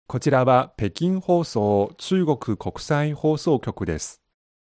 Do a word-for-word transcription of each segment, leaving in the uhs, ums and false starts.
こちらは北京放送中国国際放送局です。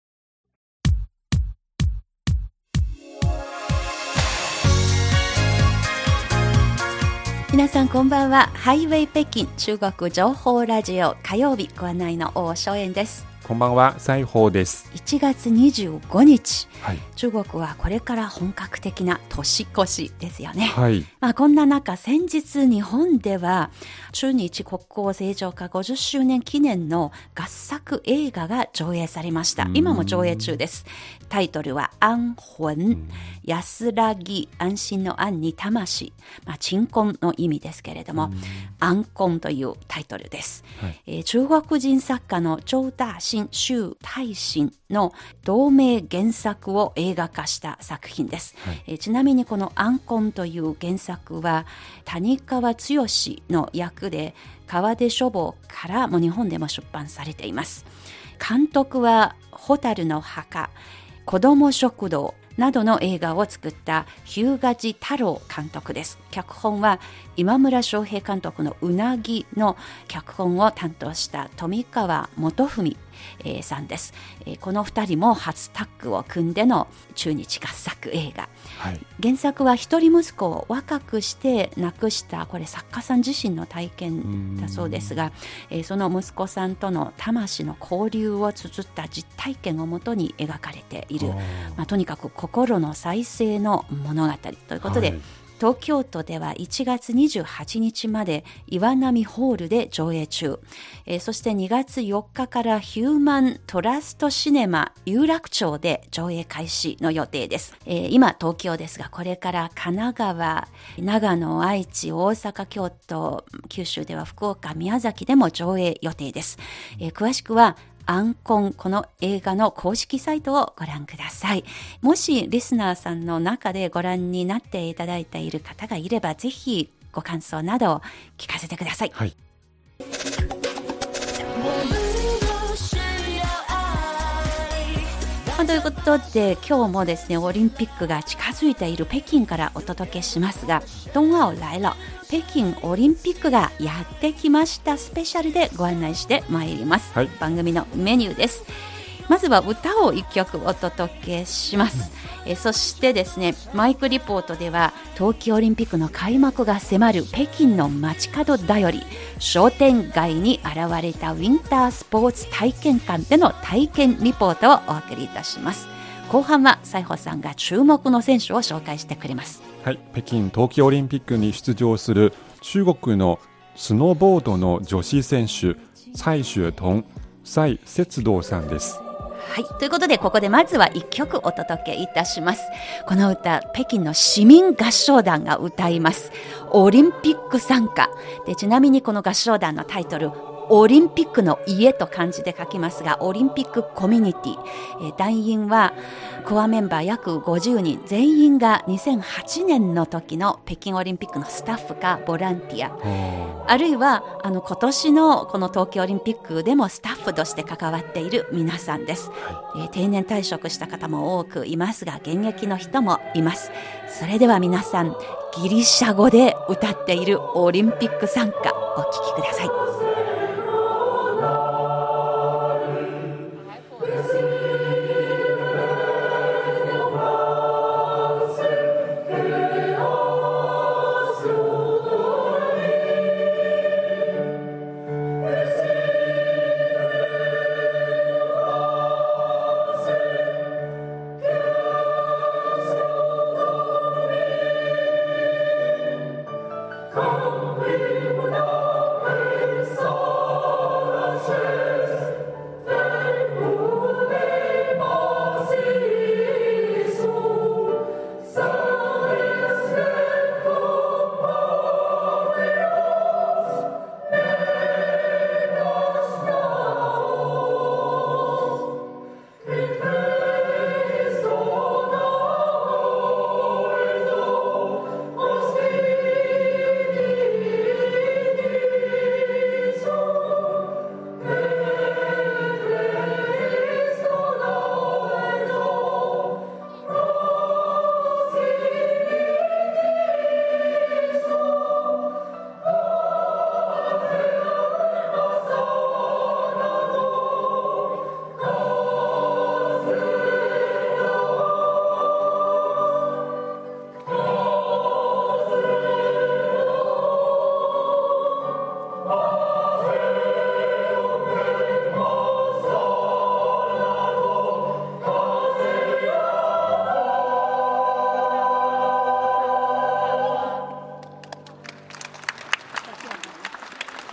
皆さんこんばんは。ハイウェイ北京中国情報ラジオ火曜日ご案内の王正円です。 こんばんは、西宝です。 いちがつにじゅうごにち、 はい、 中国はこれから本格的な年越しですよね。 はい、 まあ、こんな中、先日日本では中日国交正常化ごじゅっしゅうねん記念の合作映画が上映されました。今も上映中です。タイトルは安魂、安らぎ、安心の安に魂、まあ、鎮魂の意味ですけれども、安魂というタイトルです、はいえー、中国人作家の張大新、周大新の同名原作を映画化した作品です、はいえー、ちなみにこの安魂という原作は谷川剛の役で川出書房からも日本でも出版されています。監督は蛍の墓、子ども食堂などの映画を作った日向地太郎監督です。脚本は今村翔平監督のうなぎの脚本を担当した富川元文さんです。このふたりも初タッグを組んでの中日合作映画、はい、原作は一人息子を若くして亡くしたこれ作家さん自身の体験だそうですが、その息子さんとの魂の交流を綴った実体験をもとに描かれている、まあ、とにかく心の再生の物語ということで、はい、東京都ではいちがつにじゅうはちにちまで岩波ホールで上映中、えー、そしてにがつよっかからヒューマントラストシネマ有楽町で上映開始の予定です、えー、今東京ですがこれから神奈川、長野、愛知、大阪、京都、九州では福岡、宮崎でも上映予定です、えー、詳しくはアンコン、この映画の公式サイトをご覧ください。もしリスナーさんの中でご覧になっていただいている方がいればぜひご感想などを聞かせてください。はい、ということで今日もですねオリンピックが近づいている北京からお届けしますが、冬奥来了、北京オリンピックがやってきましたスペシャルでご案内してまいります、はい、番組のメニューです。まずは歌をいっきょくお届けします、うん、えそしてですねマイクリポートでは冬季オリンピックの開幕が迫る北京の街角だより商店街に現れたウィンタースポーツ体験館での体験リポートをお送りいたします。後半は西宝さんが注目の選手を紹介してくれます。 はい、北京冬季オリンピックに出場する中国のスノーボードの女子選手蔡雪桐、蔡雪道さんです。 はい、ということでここでまずはいっきょくお届けいたします。この歌、北京の市民合唱団が歌いますオリンピック賛歌で、ちなみにこの合唱団のタイトルオリンピックの家と漢字で書きますがオリンピックコミュニティ、えー、団員はコアメンバー約ごじゅうにん全員がにせんはちねんの時の北京オリンピックのスタッフかボランティア、あるいはあの今年のこの東京オリンピックでもスタッフとして関わっている皆さんです、はいえー、定年退職した方も多くいますが現役の人もいます。それでは皆さんギリシャ語で歌っているオリンピック賛歌お聴きください。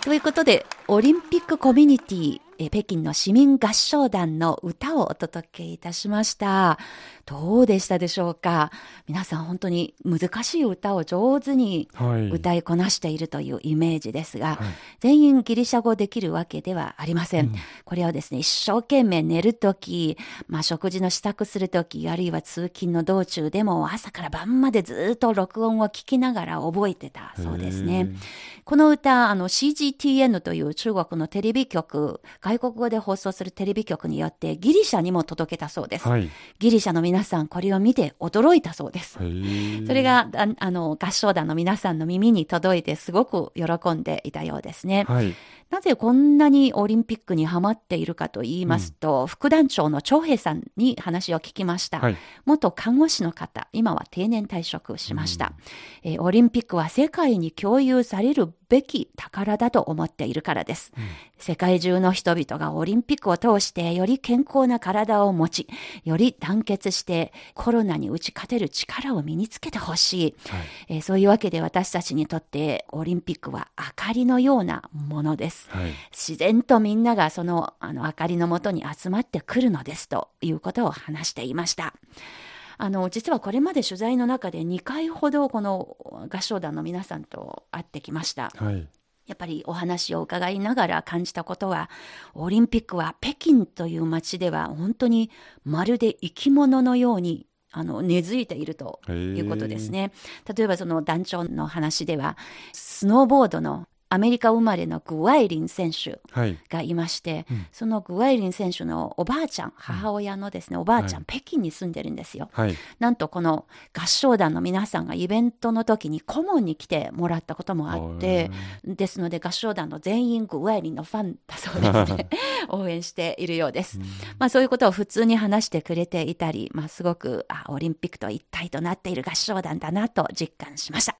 ということで、オリンピックコミュニティ、え北京の市民合唱団の歌をお届けいたしました。どうでしたでしょうか。皆さん本当に難しい歌を上手に歌いこなしているというイメージですが、はい、全員ギリシャ語できるわけではありません。うん、これをですね、一生懸命寝るとき、まあ、食事の支度するとき、あるいは通勤の道中でも朝から晩までずっと録音を聞きながら覚えてたそうですね。この歌、あの シージーティーエヌ という中国のテレビ局、外国語で放送するテレビ局によってギリシャにも届けたそうです。はい、ギリシャの皆さんこれを見て驚いたそうです。それが あ, あの合唱団の皆さんの耳に届いてすごく喜んでいたようですね。はい、なぜこんなにオリンピックにハマっているかと言いますと、うん、副団長の張平さんに話を聞きました。はい、元看護師の方、今は定年退職しました。うんえー、オリンピックは世界に共有されるべき宝だと思っているからです。うん、世界中の人々がオリンピックを通してより健康な体を持ち、より団結してコロナに打ち勝てる力を身につけてほしい、はいえー。そういうわけで私たちにとってオリンピックは明かりのようなものです。はい、自然とみんながその、あの明かりのもとに集まってくるのですということを話していました。あの実はこれまで取材の中でにかいほどこの合唱団の皆さんと会ってきました。はい、やっぱりお話を伺いながら感じたことは、オリンピックは北京という街では本当にまるで生き物のようにあの根付いているということですね。例えばその団長の話では、スノーボードのアメリカ生まれのグワイリン選手がいまして、はいうん、そのグワイリン選手のおばあちゃん、母親のですね、おばあちゃん、はい、北京に住んでるんですよ。はい、なんとこの合唱団の皆さんがイベントの時に顧問に来てもらったこともあって、ですので合唱団の全員グワイリンのファンだそうですね。応援しているようです。まあ、そういうことを普通に話してくれていたり、まあ、すごくあオリンピックと一体となっている合唱団だなと実感しました。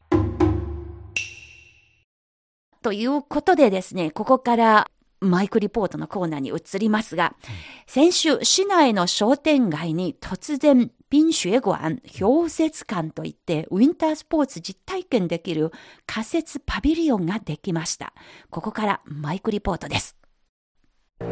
ということでですね、ここからマイクリポートのコーナーに移りますが、先週市内の商店街に突然冰雪館、氷雪館といってウィンタースポーツ実体験できる仮設パビリオンができました。ここからマイクリポートです。今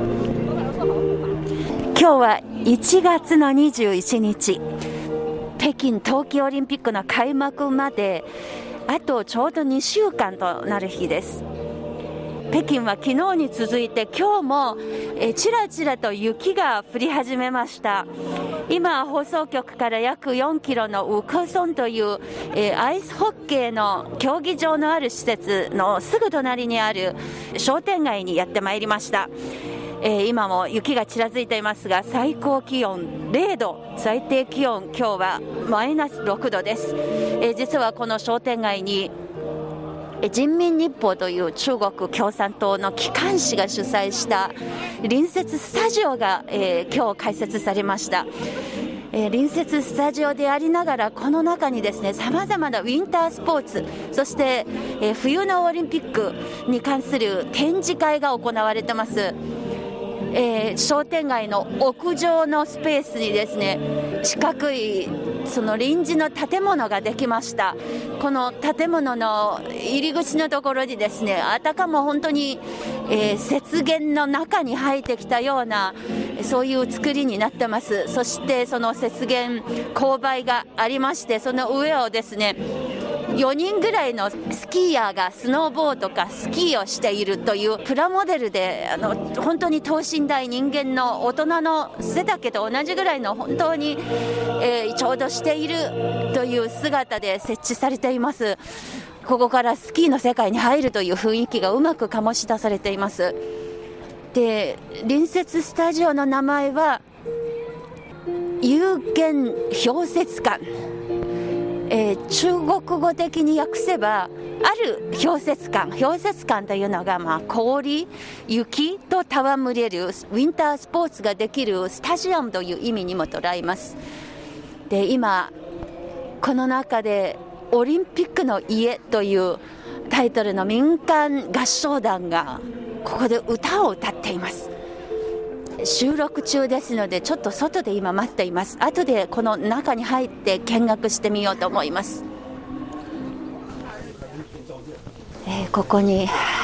日はいちがつのにじゅういちにち、北京冬季オリンピックの開幕まであとちょうどにしゅうかんとなる日です。北京は昨日に続いて今日もえちらちらと雪が降り始めました。今放送局から約よんキロのウクソンというえアイスホッケーの競技場のある施設のすぐ隣にある商店街にやってまいりました。えー、今も雪がちらついていますが、最高気温れいど、最低気温今日はマイナスろくどです。えー、実はこの商店街に人民日報という中国共産党の機関紙が主催した隣接スタジオが、えー、今日開設されました。えー、隣接スタジオでありながら、この中にですね、様々なウィンタースポーツ、そして、えー、冬のオリンピックに関する展示会が行われてます。えー、商店街の屋上のスペースにですね、四角いその臨時の建物ができました。この建物の入り口のところにですね、あたかも本当に、えー、雪原の中に入ってきたような、そういう作りになってます。そしてその雪原勾配がありまして、その上をですね、よにんぐらいのスキーヤーがスノーボードかスキーをしているというプラモデルで、あの本当に等身大、人間の大人の背丈と同じぐらいの本当に、えー、ちょうどしているという姿で設置されています。ここからスキーの世界に入るという雰囲気がうまく醸し出されています。で、隣接スタジオの名前は有限氷雪館、えー、中国語的に訳せば、ある氷雪館、氷雪館というのが、まあ、氷、雪と戯れるウィンタースポーツができるスタジアムという意味にも捉えます。で、今この中でオリンピックの家というタイトルの民間合唱団がここで歌を歌っています。収録中ですので、ちょっと外で今待っています。後でこの中に入って見学してみようと思います。えー、ここに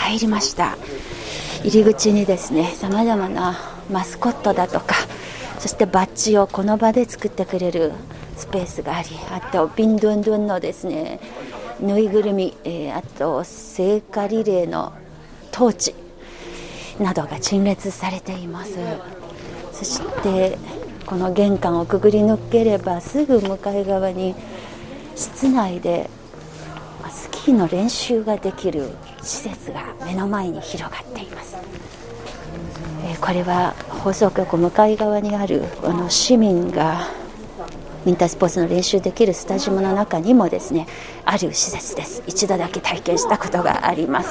入りました。入り口にですね、さまざまなマスコットだとか、そしてバッジをこの場で作ってくれるスペースがあり、あとビンドゥンドゥンのですね、ぬいぐるみ、えー、あと聖火リレーのトーチなどが陳列されています。そしてこの玄関をくぐり抜ければすぐ向かい側に室内でスキーの練習ができる施設が目の前に広がっています。えー、これは放送局向かい側にあるあの市民がウィンタースポーツの練習できるスタジオの中にもですね、ある施設です。一度だけ体験したことがあります。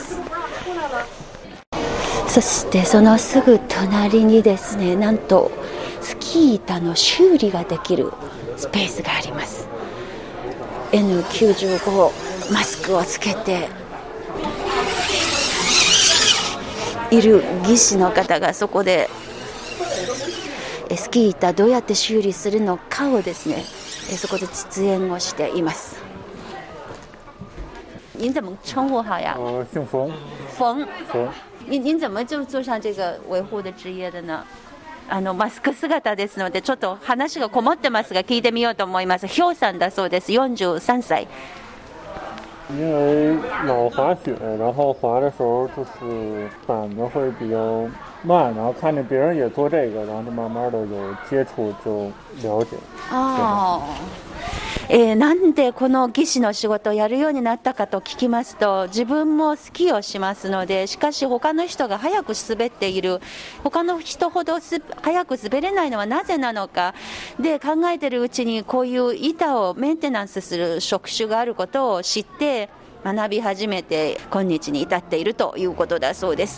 そしてそのすぐ隣にですね、なんとスキー板の修理ができるスペースがあります。 エヌきゅうじゅうご マスクをつけている技師の方がそこでスキー板どうやって修理するのかをですね、そこで実演をしています。您怎么称呼好呀？ 呃，姓冯。 冯。 冯。 您您怎么就做上这个维護的职业的呢？あのマスク姿ですのでちょっと話がこもってますが聞いてみようと思います。ヒョウさんだそうです。よんじゅうさんさい。 因为老滑雪，然后滑的时候就是板子会比较慢，然后看见别人也做这个，然后就慢慢的有接触就了解。 あえー、なんでこの技師の仕事をやるようになったかと聞きますと、自分もスキーをしますので、しかし他の人が早く滑っている、他の人ほどす早く滑れないのはなぜなのかで考えているうちに、こういう板をメンテナンスする職種があることを知って学び始めて今日に至っているということだそうです。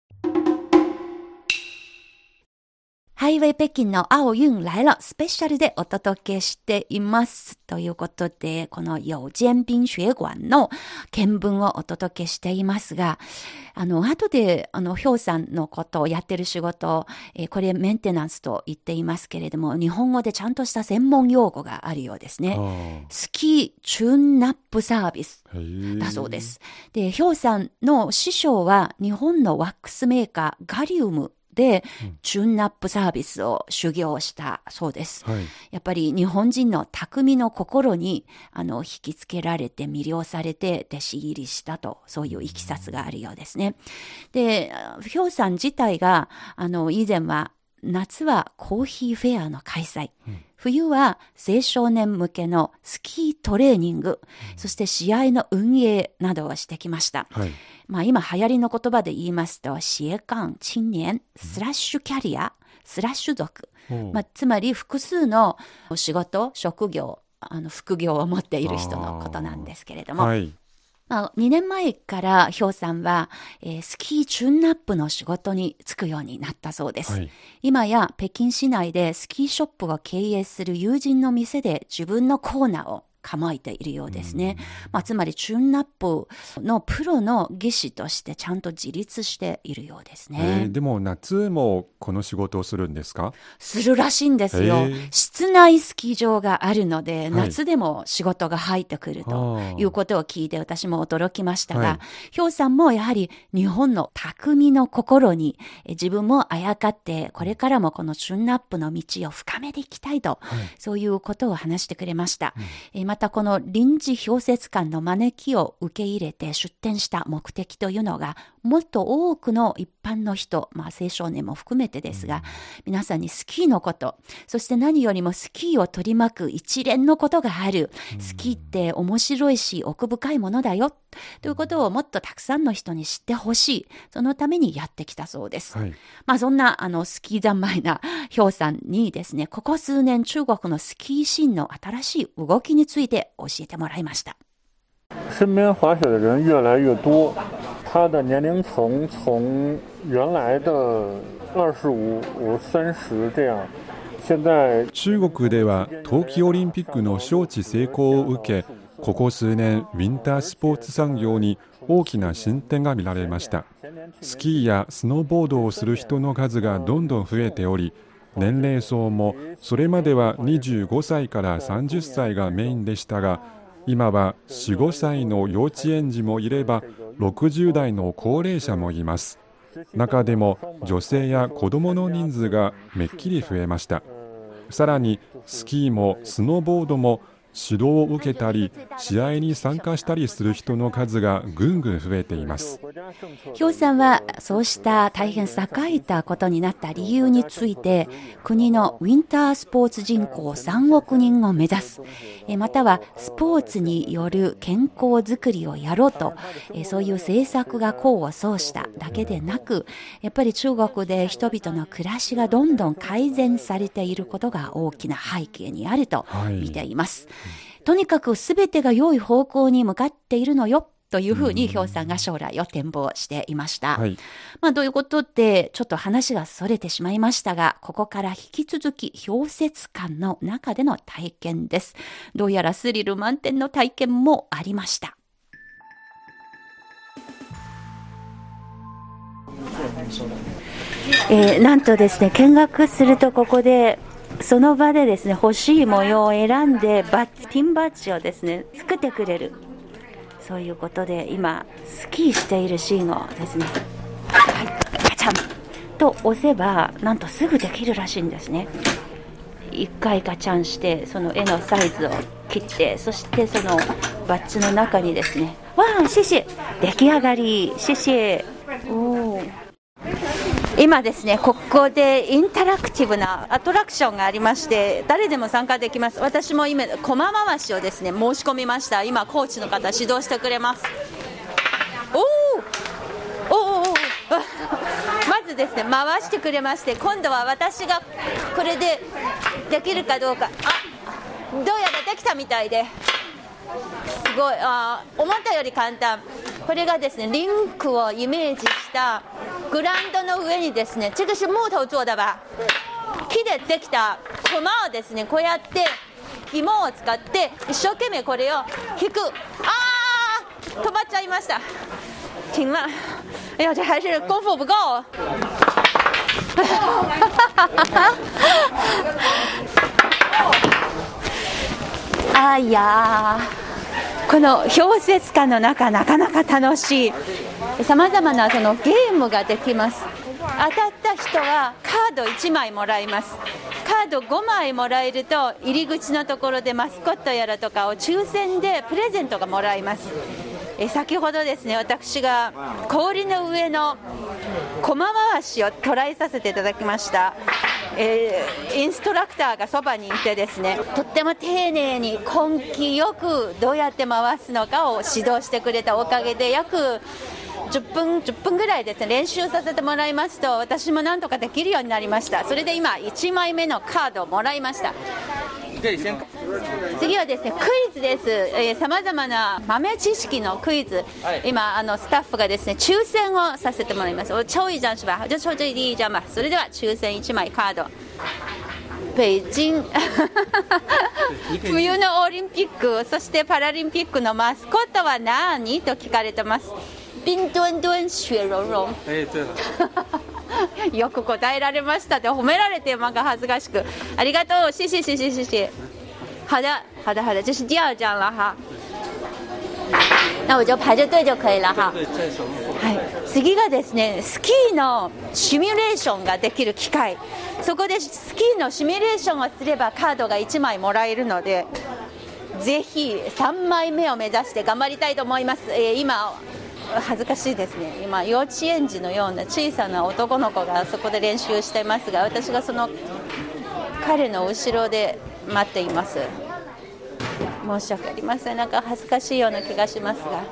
ハイウェイ北京の奥運来了スペシャルでお届けしています。ということで、この有間冰雪館の見聞をお届けしていますが、あの、後で、あの、ヒョウさんのことをやってる仕事、えー、これメンテナンスと言っていますけれども、日本語でちゃんとした専門用語があるようですね。スキーチューンナップサービスだそうです。で、ヒョウさんの師匠は日本のワックスメーカーガリウムで、チューンナップサービスを修行したそうです、はい、やっぱり日本人の匠の心にあの引きつけられて魅了されて弟子入りしたと、そういういきさつがあるようですね。で、ヒョウさん自体があの以前は夏はコーヒーフェアの開催、うん、冬は青少年向けのスキートレーニング、うん、そして試合の運営などをしてきました、はい。まあ、今流行りの言葉で言いますと、斜杠青年スラッシュキャリアスラッシュ族、まあ、つまり複数の仕事職業あの副業を持っている人のことなんですけれども、はい。まあ、にねんまえからヒョウさんは、えー、スキーチューンナップの仕事に就くようになったそうです、はい。今や北京市内でスキーショップを経営する友人の店で自分のコーナーを構えているようですね。まあ、つまりチューンナップのプロの技師としてちゃんと自立しているようですね。 えー、でも夏もこの仕事をするんですか？ するらしいんですよ。室内スキー場があるので、はい、夏でも仕事が入ってくるということを聞いて私も驚きましたが、はい、ヒョウさんもやはり日本の匠の心に自分もあやかってこれからもこのチューンナップの道を深めていきたいと、はい、そういうことを話してくれました、うん。えまたこの臨時氷雪館の招きを受け入れて出展した目的というのが、もっと多くの一般の人、まあ青少年も含めてですが、皆さんにスキーのこと、そして何よりもスキーを取り巻く一連のことがある。スキーって面白いし奥深いものだよということをもっとたくさんの人に知ってほしい。そのためにやってきたそうです。はい、まあそんなあのスキー三昧なヒョウさんにですね、ここ数年中国のスキーシーンの新しい動きについて教えてもらいました。 身边滑雪的人越来越多，他的年龄层从原来的二十五、三十这样。 中国では冬季オリンピックの招致成功を受け、ここ数年ウィンタースポーツ産業に大きな進展が見られました。スキーやスノーボードをする人の数がどんどん増えており、年齢層もそれまではにじゅうごさいからさんじゅっさいがメインでしたが、 今はよん、ごさいの幼稚園児もいればろくじゅうだいの高齢者もいます。中でも女性や子どもの人数がめっきり増えました。さらにスキーもスノーボードも指導を受けたり試合に参加したりする人の数がぐんぐん増えています。 氷さんはそうした大変栄えたことになった理由について、国のウィンタースポーツ人口さんおくにんを目指す、またはスポーツによる健康づくりをやろうと、そういう政策が功を奏しただけでなく、やっぱり中国で人々の暮らしがどんどん改善されていることが大きな背景にあると見ています。はい、とにかくすべてが良い方向に向かっているのよというふうに氷さんが将来を展望していました。はい、まあ、ということでちょっと話がそれてしまいましたが、ここから引き続き氷雪館の中での体験です。どうやらスリル満点の体験もありました。えー、なんとですね、見学するとここでその場でですね、欲しい模様を選んでバッピンバッジをですね作ってくれる、そういうことで今スキーしているシーンをですね、はい、ガチャンと押せばなんとすぐできるらしいんですね。一回ガチャンしてその絵のサイズを切って、そしてそのバッジの中にですね、わーシェシェ出来上がり、シェシェおー。今ですね、ここでインタラクティブなアトラクションがありまして、誰でも参加できます。私も今駒回しをですね申し込みました。今コーチの方指導してくれます。おーおーおーまずですね回してくれまして、今度は私がこれでできるかどうか、あ、どうやらできたみたいで、すごい、あ、思ったより簡単。これがですねリンクをイメージしたグラウンドの上にですね、这个是木頭做的吧、木でできた駒をですねこうやって紐を使って一生懸命これを引く。あー、止まっちゃいました。停了。哎呀，这还是功夫不够。あいやー、この氷雪館の中なかなか楽しい。さまざまなそのゲームができます。当たった人はカードいちまいもらいます。カードごまいもらえると入り口のところでマスコットやらとかを抽選でプレゼントがもらえます。え先ほどですね、私が氷の上の駒回しをトライさせていただきました。えー、インストラクターがそばにいてですね、とっても丁寧に根気よくどうやって回すのかを指導してくれたおかげで、約じゅっぷん、じゅっぷんぐらいですね練習させてもらいますと、私もなんとかできるようになりました。それで今いちまいめのカードをもらいました。次はですねクイズです。さまざまな豆知識のクイズ、今あのスタッフがですね抽選をさせてもらいます。我抽一張是吧？就抽这第一張吧。それでは抽選いちまいカード。北京冬のオリンピック、そしてパラリンピックのマスコットは何と聞かれてます。冰墩墩雪融融。よく答えられましたって褒められてなんか恥ずかしく、ありがとう、谢谢谢谢谢谢。好的好的好的，这是第二张了哈。那我就排着队就可以了哈。はい、次がですねスキーのシミュレーションができる機会。そこでスキーのシミュレーションをすればカードがいちまいもらえるので、ぜひさんまいめを目指して頑張りたいと思います。えー、今恥ずかしいですね。今幼稚園児のような小さな男の子がそこで練習していますが、私がその彼の後ろで待っています。申し訳ありません。なんか恥ずかしいような気がしますが。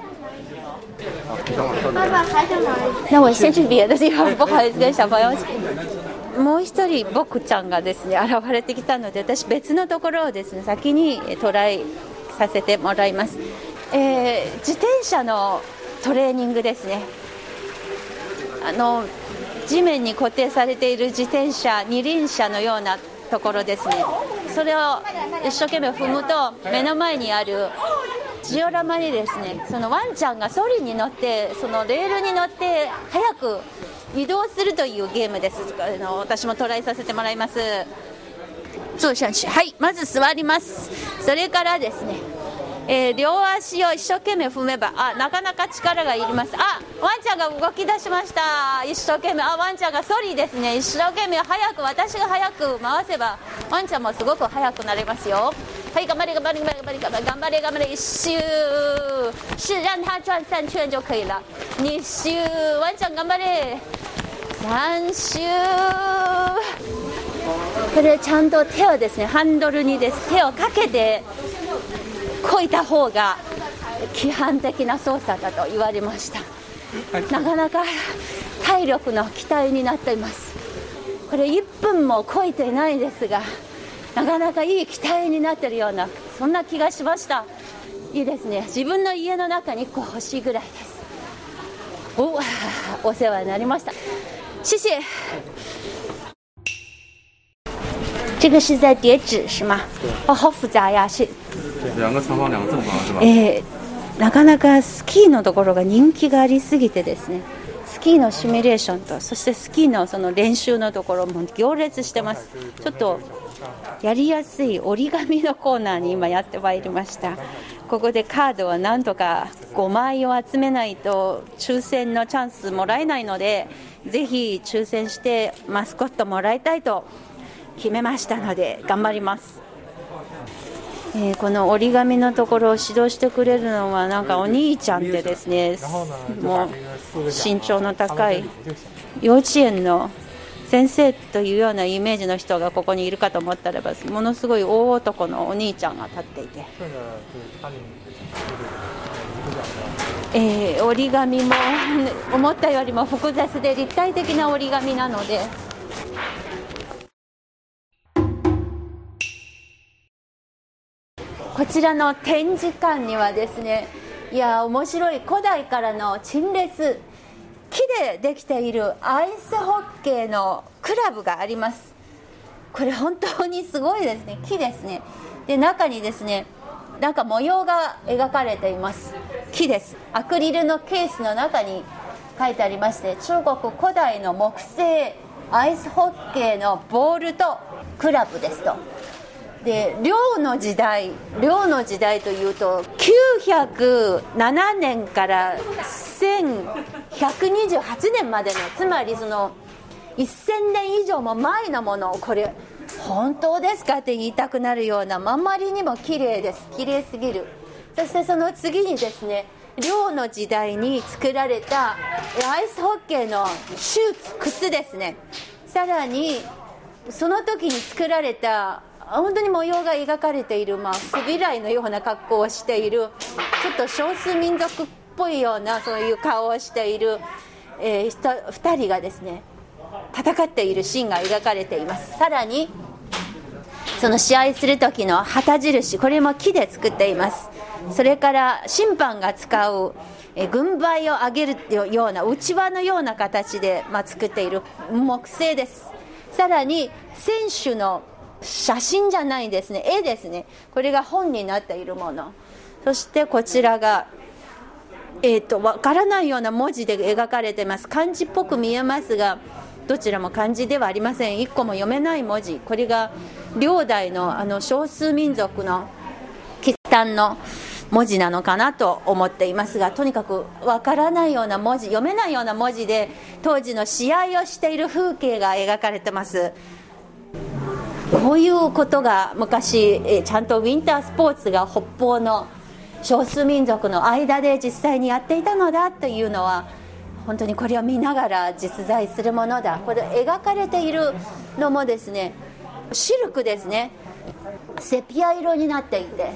那我先去别的地方，不好意思跟小朋友。もう一人僕ちゃんがですね現れてきたので、私別のところをですね先にトライさせてもらいます。えー、自転車のトレーニングですね。あの地面に固定されている自転車二輪車のようなところですね。それを一生懸命踏むと目の前にあるジオラマにですね、そのワンちゃんがソリに乗ってそのレールに乗って早く移動するというゲームです。あの私もトライさせてもらいます。坐上去、はい、まず座ります。それからですねえー、両足を一生懸命踏めば、あ、なかなか力がいります。あ、ワンちゃんが動き出しました。一生懸命、あ、ワンちゃんがソリですね。一生懸命早く、私が早く回せばワンちゃんもすごく速くなりますよ。はい、頑張れ頑張れ頑張れ頑張れ頑張れ頑張れ、一周是让它转三圈就可以了。二周、ワンちゃん頑張れ。三周、これちゃんと手をですね、ハンドルにです手をかけてこいた方が規範的な操作だと言われました。なかなか体力の期待になっています。これいっぷんもこいていないですが、なかなかいい期待になっているような、そんな気がしました。いいですね。自分の家の中にいっこ欲しいぐらいです。お、お世話になりました。谢谢。这个是在叠纸是吗？哦，好复杂呀！是。 两个长方两个正方是吧？ えー、なかなかスキーのところが人気がありすぎてですね、スキーのシミュレーションと、そしてスキーのその練習のところも行列してます。ちょっとやりやすい折り紙のコーナーに今やってまいりました。ここでカードはなんとかごまいを集めないと抽選のチャンスもらえないので、ぜひ抽選してマスコットもらいたいと決めましたので頑張ります。えー、この折り紙のところを指導してくれるのはなんかお兄ちゃんでですね、もう身長の高い幼稚園の先生というようなイメージの人がここにいるかと思ったらば、ものすごい大男のお兄ちゃんが立っていて、えー、折り紙も思ったよりも複雑で立体的な折り紙なので、こちらの展示館にはですね、いや面白い古代からの陳列、木でできているアイスホッケーのクラブがあります。これ本当にすごいですね。木ですね。で、中にですね、なんか模様が描かれています。木です。アクリルのケースの中に書いてありまして、中国古代の木製アイスホッケーのボールとクラブですと。で、遼の時代、遼の時代というときゅうひゃくななねんからせんひゃくにじゅうはちねんまでの、つまりそのせんねん以上も前のものを、これ本当ですかって言いたくなるような、あまりにも綺麗です。綺麗すぎる。そしてその次にですね、遼の時代に作られたアイスホッケーのシューズ、靴ですね。さらにその時に作られた本当に模様が描かれている、まあ、スビライのような格好をしている、ちょっと少数民族っぽいようなそういう顔をしている、えー、ふたりがですね戦っているシーンが描かれています。さらにその試合する時の旗印、これも木で作っています。それから審判が使う、えー、軍配を上げるようなうちわのような形で、まあ、作っている木製です。さらに選手の写真じゃないんですね、絵ですね。これが本になっているもの。そしてこちらが、えーと、わからないような文字で描かれています。漢字っぽく見えますが、どちらも漢字ではありません。一個も読めない文字。これが遼代のあの少数民族のキスタンの文字なのかなと思っていますが、とにかくわからないような文字、読めないような文字で当時の試合をしている風景が描かれてます。こういうことが昔、えちゃんとウィンタースポーツが北方の少数民族の間で実際にやっていたのだというのは、本当にこれを見ながら実在するものだ。これ描かれているのもですね、シルクですね。セピア色になっていて、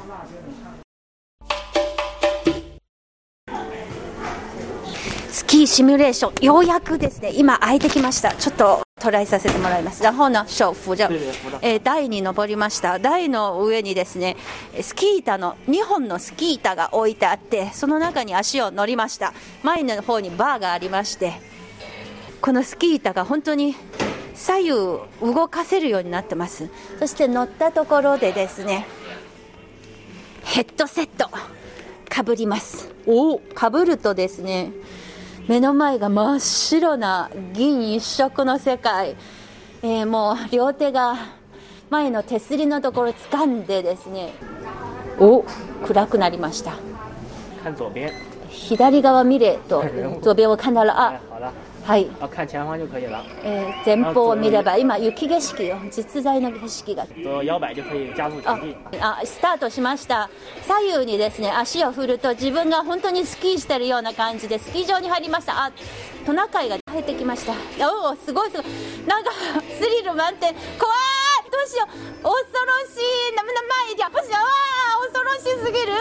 スキーシミュレーション、ようやくですね、今空いてきました。ちょっとトライさせてもらいます。然後呢手扶着、えー、台に登りました。台の上にですね、スキー板のにほんのスキー板が置いてあって、その中に足を乗りました。前の方にバーがありまして、このスキー板が本当に左右動かせるようになってます。そして乗ったところでですね、ヘッドセットかぶります。おかぶるとですね、目の前が真っ白な銀一色の世界、えー、もう両手が前の手すりのところ掴んでですね、 お、暗くなりました。 看左边。 左側見れと、左边を看到了。あ、はい。 看前方就可以了。 えー、前方を見れば、今雪景色よ、実在の景色が。 摇摆就可以加速前進。 あ、スタートしました。左右にですね、足を振ると自分が本当にスキーしてるような感じでスキー場に入りました。あ、トナカイが入ってきました。おお、すごいすごい。なんかスリル満点。怖い。どうしよう。恐ろしい。なむなまいりゃ。不行啊，恐ろしすぎる。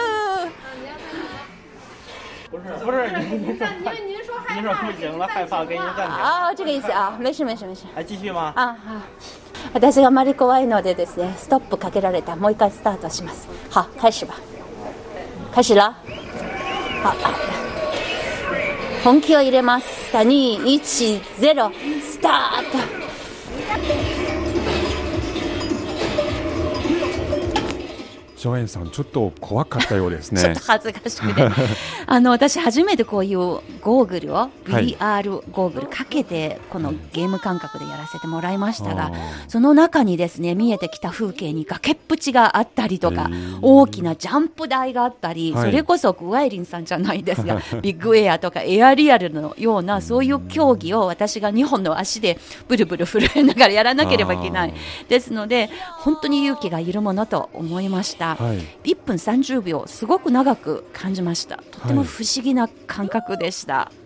不是不是，您您您说害怕，您说不行了，害怕跟您站起来。 あ、这个意思啊，没事没事没事。 还继续吗？ あ、私があまり怖いのでですね、ストップかけられた。もう一回スタートします。好，開始吧。開始了。好。本気を入れます。さん、に、いち、ゼロ、スタート。 庄園さん、ちょっと怖かったようですね。 ちょっと恥ずかしくてあの私初めてこういうゴーグルを ブイアール ゴーグルかけてこのゲーム感覚でやらせてもらいましたが、その中にですね見えてきた風景に崖っぷちがあったりとか、大きなジャンプ台があったり、それこそグワイリンさんじゃないですがビッグエアとかエアリアルのようなそういう競技を私がにほんの足でブルブル震えながらやらなければいけないですので、本当に勇気がいるものと思いました。はい、いっぷんさんじゅうびょうすごく長く感じました。とても不思議な感覚でした。はい、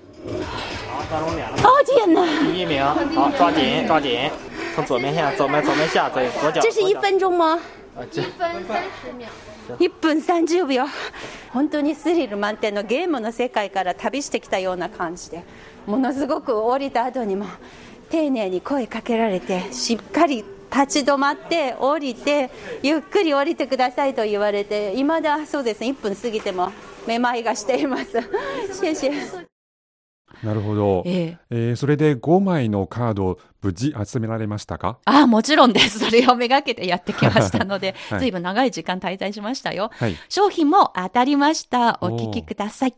好天哪！ 第一名，好，抓紧抓紧，从左面向，左面左面下，左左脚。 这是一分钟吗？ 一分三十秒。 いっぷんさんじゅうびょう。本当にスリル満点のゲームの世界から旅してきたような感じで、ものすごく降りた後にも丁寧に声かけられて、しっかり立ち止まって降りてゆっくり降りてくださいと言われて、未だそうですね、いっぷん過ぎてもめまいがしています。謝謝。 なるほど、えええー、それでごまいのカードを無事集められましたか？ ああ、もちろんです。それをめがけてやってきましたので、はい、ずいぶん長い時間滞在しましたよ、はい、商品も当たりました。お聞きください。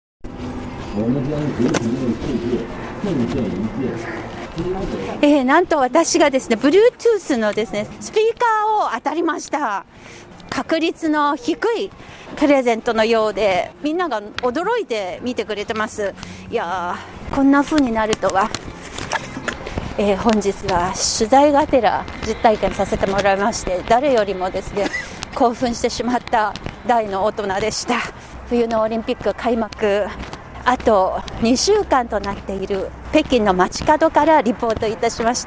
えー、なんと私がですね Bluetooth のですねスピーカーを当たりました。確率の低いプレゼントのようで、みんなが驚いて見てくれてます。いやー、こんな風になるとは。えー、本日は取材がてら実体験させてもらいまして、誰よりもですね興奮してしまった大の大人でした。冬のオリンピック開幕あとにしゅうかんとなっている北京の街角からリポートいたしました。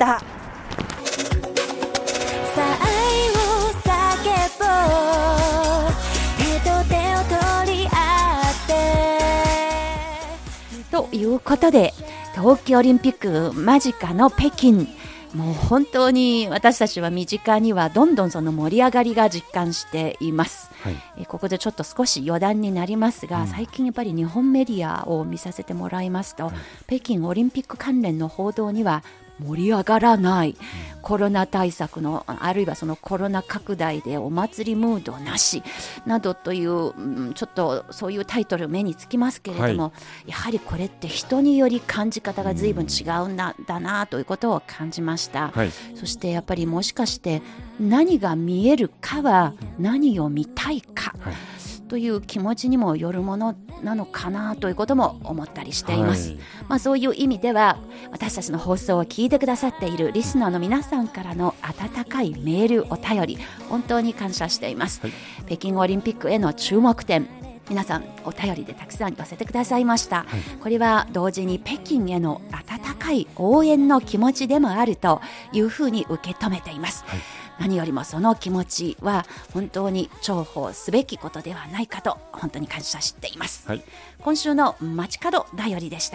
ということで、冬季オリンピック間近の北京、もう本当に私たちは身近にはどんどんその盛り上がりが実感しています、はい、えここでちょっと少し余談になりますが、うん、最近やっぱり日本メディアを見させてもらいますと、はい、北京オリンピック関連の報道には盛り上がらない、うん、コロナ対策のあるいはそのコロナ拡大でお祭りムードなしなどという、うん、ちょっとそういうタイトル目につきますけれども、はい、やはりこれって人により感じ方が随分違うんだ、うん、だなということを感じました、はい、そしてやっぱりもしかして何が見えるかは何を見たいか、はい、という気持ちにもよるものなのかなということも思ったりしています、はい、まあ、そういう意味では私たちの放送を聞いてくださっているリスナーの皆さんからの温かいメールお便り本当に感謝しています、はい、北京オリンピックへの注目点皆さんお便りでたくさん寄せてくださいました、はい、これは同時に北京への温かい応援の気持ちでもあるというふうに受け止めています、はい、何よりもその気持ちは本当に重宝すべきことではないかと本当に感謝しています、はい、今週の街角だよりでした。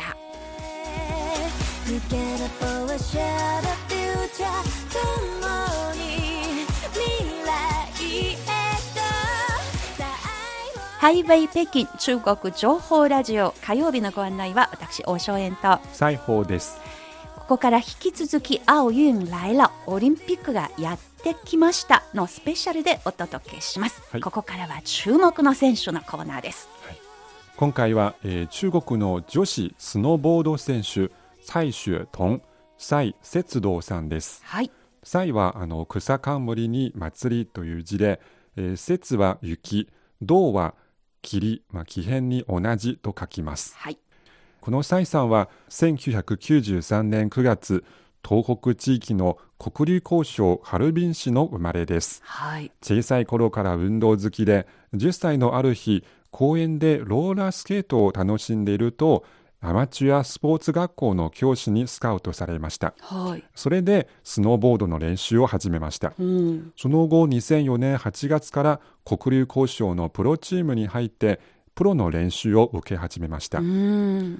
ハイウェイ北京中国情報ラジオ、火曜日のご案内は私王正円と西宝です。 ここから引き続き奥運来了、オリンピックがやってきましたのスペシャルでお届けします、はい、ここからは注目の選手のコーナーです、はい、 今回は、えー、中国の女子スノーボード選手蔡雪桐、蔡雪道さんです、はい、蔡はあの草冠に祭りという字で、えー、雪は雪、 銅は霧、まあ、木片に同じと書きます。 はい。 この蔡さんはせんきゅうひゃくきゅうじゅうさんねんくがつ、東北地域の黒竜江省ハルビン市の生まれです。 はい。 小さい頃から運動好きで、じゅっさいのある日、公園でローラースケートを楽しんでいると、アマチュアスポーツ学校の教師にスカウトされました。 はい。 それでスノーボードの練習を始めました。 うん、その後にせんよねんはちがつから黒竜江省のプロチームに入ってプロの練習を受け始めました。 うん、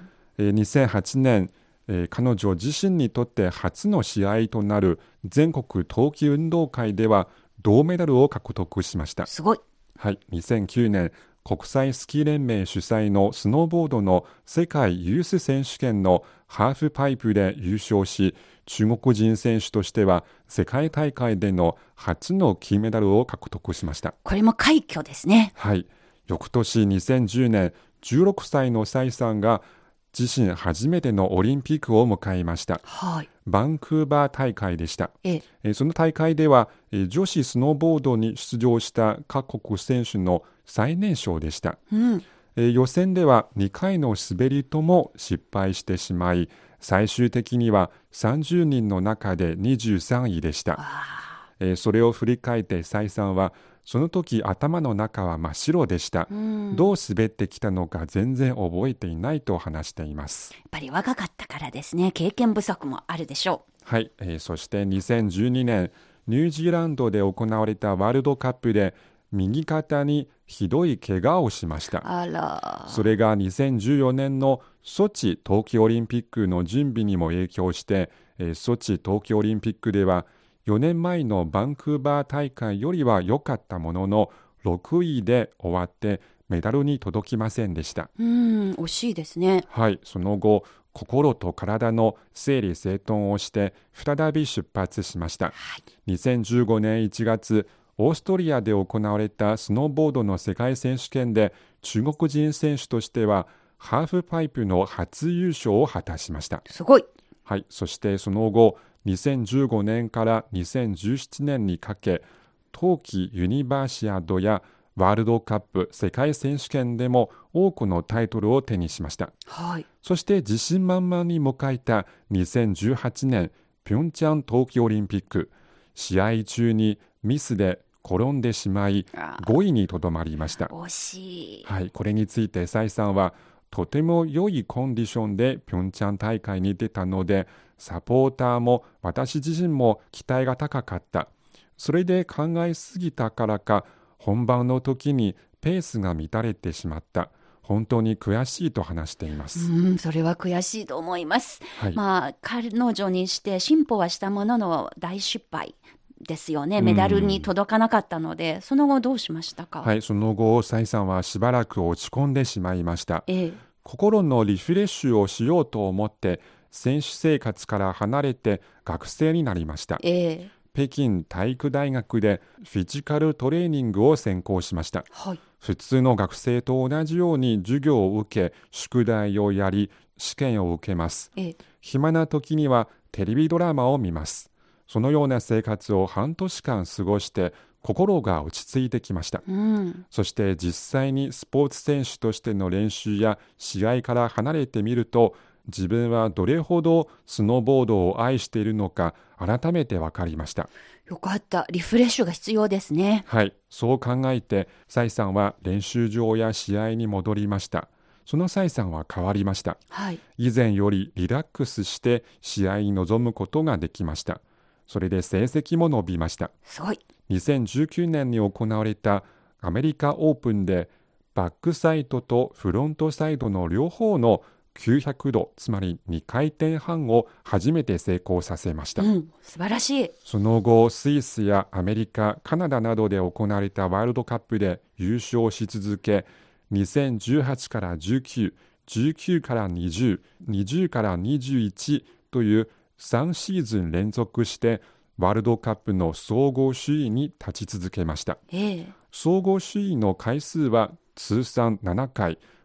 えー、にせんはちねん、えー、彼女自身にとって初の試合となる全国冬季運動会では銅メダルを獲得しました。 すごい。 はい、にせんきゅうねん国際スキー連盟主催のスノーボードの世界ユース選手権のハーフパイプで優勝し、中国人選手としては世界大会での初の金メダルを獲得しました。 これも快挙ですね。 はい。翌年にせんじゅうねん、じゅうろくさいの蔡さんが自身初めてのオリンピックを迎えました。 はい。 バンクーバー大会でした。 ええその大会ではえ女子スノーボードに出場した各国選手の最年少でした。 うん、 え予選ではにかいの滑りとも失敗してしまい、最終的にはさんじゅうにんの中でにじゅうさんいでした。えそれを振り返って蔡さんは、その時頭の中は真っ白でした、うん、どう滑ってきたのか全然覚えていないと話しています。 やっぱり若かったからですね。経験不足もあるでしょう。 はい、えー、そしてにせんじゅうにねんニュージーランドで行われたワールドカップで右肩にひどい怪我をしました。 あら。 それがにせんじゅうよねんのソチ冬季オリンピックの準備にも影響して、えー、ソチ冬季オリンピックではよねんまえのバンクーバー大会よりは良かったもののろくいで終わってメダルに届きませんでした。 うん、惜しいですね。 はい、その後心と体の整理整頓をして再び出発しました。はい、にせんじゅうごねんいちがつオーストリアで行われたスノーボードの世界選手権で中国人選手としてはハーフパイプの初優勝を果たしました。 すごい。 はい、そしてその後にせんじゅうごねんからにせんじゅうななねんにかけ冬季ユニバーシアードやワールドカップ世界選手権でも多くのタイトルを手にしました。 はい、 そして自信満々に迎えたにせんじゅうはちねんピョンチャン冬季オリンピック、試合中にミスで転んでしまいごいにとどまりました。 惜しい。 はい、これについて蔡さんはとても良いコンディションでピョンチャン大会に出たのでサポーターも私自身も期待が高かった。それで考えすぎたからか本番の時にペースが乱れてしまった。本当に悔しいと話しています。 うん、それは悔しいと思います。はい、まあ彼女にして進歩はしたものの大失敗ですよね。メダルに届かなかったので、その後どうしましたか？ はい、その後蔡さんはしばらく落ち込んでしまいました。 ええ、 心のリフレッシュをしようと思って選手生活から離れて学生になりました。 ええ、 北京体育大学でフィジカルトレーニングを専攻しました。 はい、 普通の学生と同じように授業を受け、宿題をやり、試験を受けます。 ええ、 暇な時にはテレビドラマを見ます。そのような生活を半年間過ごして心が落ち着いてきました。 うん、 そして実際にスポーツ選手としての練習や試合から離れてみると、自分はどれほどスノーボードを愛しているのか改めて分かりました。 よかった。リフレッシュが必要ですね。 はい、そう考えて蔡さんは練習場や試合に戻りました。その蔡さんは変わりました。 はい、 以前よりリラックスして試合に臨むことができました。それで成績も伸びました。 すごい。 にせんじゅうきゅうねんに行われたアメリカオープンでバックサイドとフロントサイドの両方のきゅうひゃくど、つまりにかい転半を初めて成功させました。 うん、素晴らしい。 その後スイスやアメリカ、カナダなどで行われたワールドカップで優勝し続け、にせんじゅうはちからじゅうきゅう、じゅうきゅうからにじゅう、にじゅうからにじゅういちというさんシーズン連続してワールドカップの総合首位に立ち続けました。 ええ、 総合首位の回数は通算ななかい、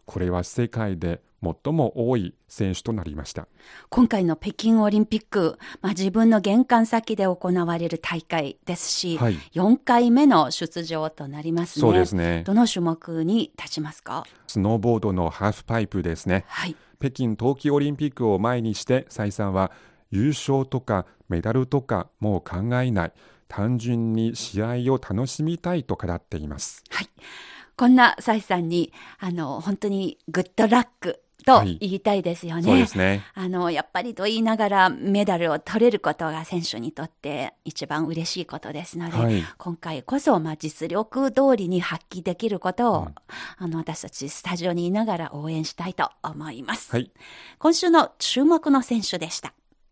これは世界で最も多い選手となりました。 今回の北京オリンピック、まあ、自分の玄関先で行われる大会ですし、はい、よんかいめの出場となりますね。 そうですね。 どの種目に立ちますか？ スノーボードのハーフパイプですね。 はい、 北京冬季オリンピックを前にして蔡さんは優勝とかメダルとかもう考えない、単純に試合を楽しみたいと語っています。 はい、こんな蔡さんにあの本当にグッドラックと言いたいですよね。 はい、そうですね。 あのやっぱりと言いながらメダルを取れることが選手にとって一番嬉しいことですので、はい、今回こそまあ実力通りに発揮できることを、うん、あの私たちスタジオにいながら応援したいと思います。 はい、 今週の注目の選手でした。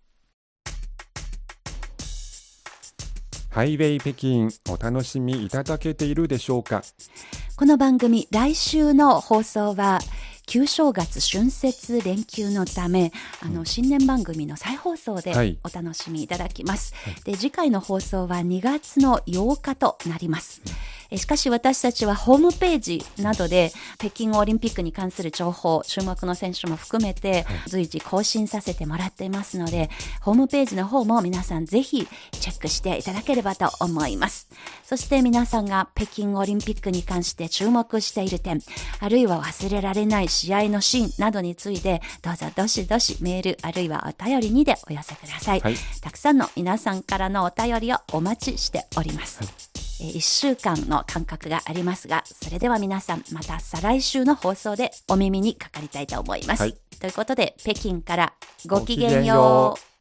ハイウェイ北京、お楽しみいただけているでしょうか。 この番組、来週の放送は旧正月春節連休のため、あの新年番組の再放送でお楽しみいただきます。はい、で、次回の放送はにがつのようかとなります。うん、しかし私たちはホームページなどで北京オリンピックに関する情報、注目の選手も含めて随時更新させてもらっていますので、ホームページの方も皆さんぜひチェックしていただければと思います。そして皆さんが北京オリンピックに関して注目している点、あるいは忘れられない試合のシーンなどについて、どうぞどしどしメールあるいはお便りにでお寄せください。はい、たくさんの皆さんからのお便りをお待ちしております。はい、いっしゅうかんの間隔がありますが、それでは皆さんまた再来週の放送でお耳にかかりたいと思います。はい、ということで北京からごきげんよう。